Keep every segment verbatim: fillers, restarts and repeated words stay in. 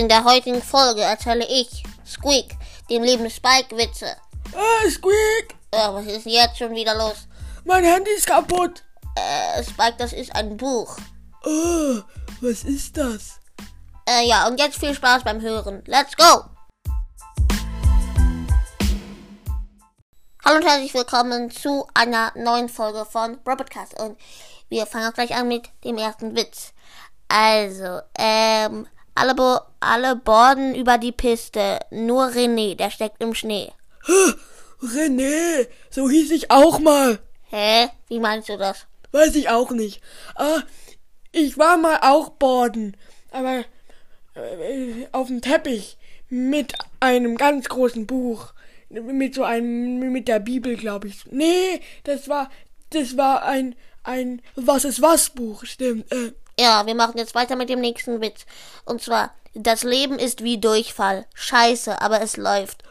In der heutigen Folge erzähle ich, Squeak, dem lieben Spike Witze. Äh, Squeak! Äh, was ist denn jetzt schon wieder los? Mein Handy ist kaputt. Äh, Spike, das ist ein Buch. Oh, was ist das? Äh, ja, und jetzt viel Spaß beim Hören. Let's go! Hallo und herzlich willkommen zu einer neuen Folge von Robotcast. Und wir fangen auch gleich an mit dem ersten Witz. Also, ähm, alle, Bo- alle borden über die Piste. Nur René, der steckt im Schnee. René, so hieß ich auch mal. Hä? Wie meinst du das? Weiß ich auch nicht. Ah, ich war mal auch borden, aber äh, auf dem Teppich mit einem ganz großen Buch, mit so einem, mit der Bibel, glaube ich. Nee, das war, das war ein, ein Was ist was Buch, stimmt. Äh. Ja, wir machen jetzt weiter mit dem nächsten Witz. Und zwar, das Leben ist wie Durchfall. Scheiße, aber es läuft.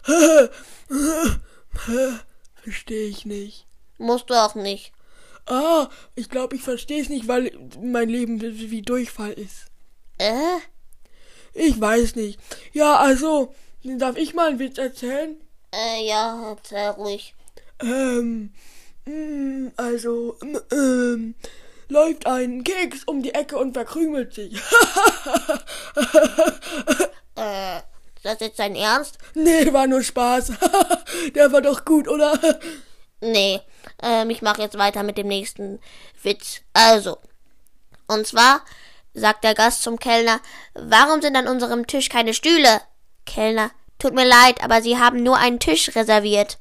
Verstehe ich nicht. Musst du auch nicht. Ah, ich glaube, ich verstehe es nicht, weil mein Leben wie Durchfall ist. Äh? Ich weiß nicht. Ja, also, darf ich mal einen Witz erzählen? Äh, ja, erzähl ruhig. Ähm, mh, also, mh, ähm, läuft ein Keks um die Ecke und verkrümelt sich. Äh, ist das jetzt dein Ernst? Nee, war nur Spaß. Der war doch gut, oder? Nee, ähm, ich mache jetzt weiter mit dem nächsten Witz. Also, und zwar sagt der Gast zum Kellner, warum sind an unserem Tisch keine Stühle? Kellner, tut mir leid, aber Sie haben nur einen Tisch reserviert.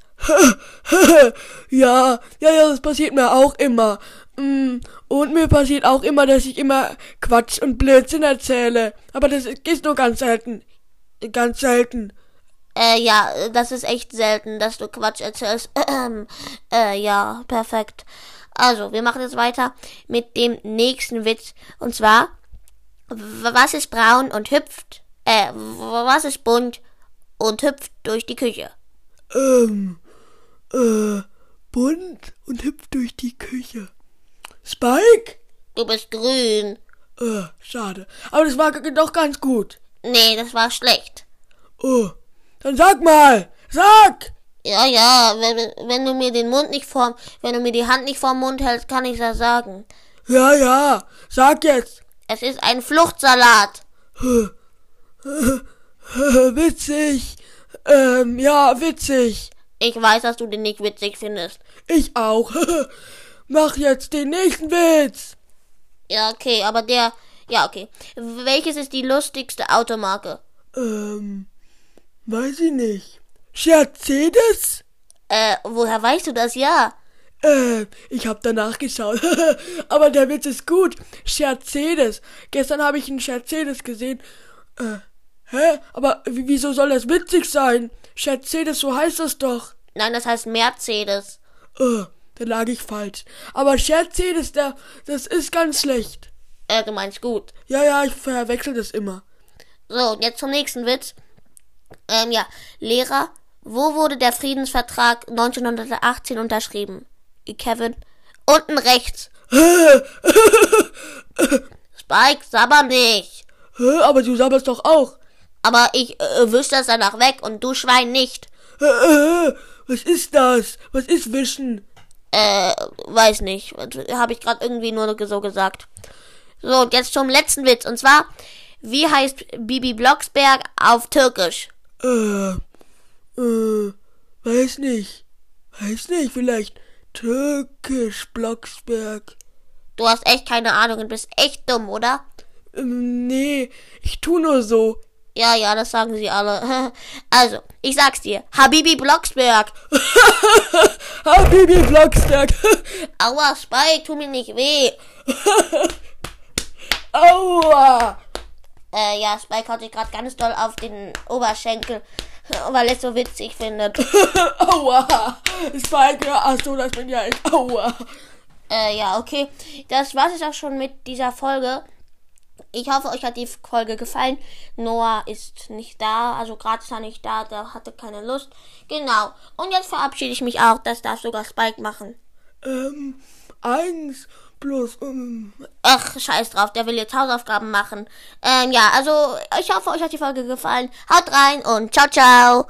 ja, ja, ja, das passiert mir auch immer. Und mir passiert auch immer, dass ich immer Quatsch und Blödsinn erzähle. Aber das ist nur ganz selten. Ganz selten. Äh, ja, das ist echt selten, dass du Quatsch erzählst. äh, ja, perfekt. Also, wir machen jetzt weiter mit dem nächsten Witz. Und zwar, was ist braun und hüpft, äh, was ist bunt und hüpft durch die Küche? Ähm, äh, bunt und hüpft durch die Küche. Spike? Du bist grün. Äh, schade. Aber das war doch ganz gut. Nee, das war schlecht. Oh, dann sag mal, sag! Ja, ja, wenn, wenn du mir den Mund nicht vorm, wenn du mir die Hand nicht vorm Mund hältst, kann ich das sagen. Ja, ja, sag jetzt. Es ist ein Fluchtsalat. Witzig. Ähm, ja, witzig. Ich weiß, dass du den nicht witzig findest. Ich auch. Mach jetzt den nächsten Witz. Ja, okay, aber der, ja, okay. Welches ist die lustigste Automarke? Ähm, weiß ich nicht. Mercedes? Äh, woher weißt du das? Ja. Äh, ich hab danach geschaut. Aber der Witz ist gut. Mercedes. Gestern habe ich einen Mercedes gesehen. Äh, hä? Aber w- wieso soll das witzig sein? Mercedes, so heißt das doch. Nein, das heißt Mercedes. Äh, da lag ich falsch. Aber Mercedes, der, das ist ganz schlecht. Äh, du meinst gut. Ja, ja, ich verwechsel das immer. So, und jetzt zum nächsten Witz. Ähm, ja. Lehrer, wo wurde der Friedensvertrag neunzehnhundertachtzehn unterschrieben? Kevin, unten rechts. Spike, sabber nicht. Hä, aber du sabberst doch auch. Aber ich äh, wisch das danach weg und du Schwein nicht. Äh, äh, was ist das? Was ist Wischen? Äh, weiß nicht. Habe ich gerade irgendwie nur so gesagt. So, und jetzt zum letzten Witz. Und zwar, wie heißt Bibi Blocksberg auf Türkisch? Äh, äh, weiß nicht. Weiß nicht, vielleicht Türkisch Blocksberg. Du hast echt keine Ahnung und bist echt dumm, oder? Ähm, nee, ich tu nur so. Ja, ja, das sagen sie alle. Also, ich sag's dir. Habibi Blocksberg. Habibi Blocksberg. Aua, Spike, tu mir nicht weh. Aua. Äh, ja, Spike hat sich gerade ganz doll auf den Oberschenkel, weil er es so witzig findet. Aua. Spike, ja, ach so, das bin ja ich. Aua. Äh, ja, okay. Das war's jetzt auch schon mit dieser Folge. Ich hoffe, euch hat die Folge gefallen. Noah ist nicht da, also gerade ist er nicht da, der hatte keine Lust. Genau. Und jetzt verabschiede ich mich auch, das darf sogar Spike machen. Ähm, eins, bloß, ähm, Ach, scheiß drauf, der will jetzt Hausaufgaben machen. Ähm, ja, also, ich hoffe, euch hat die Folge gefallen. Haut rein und ciao, ciao.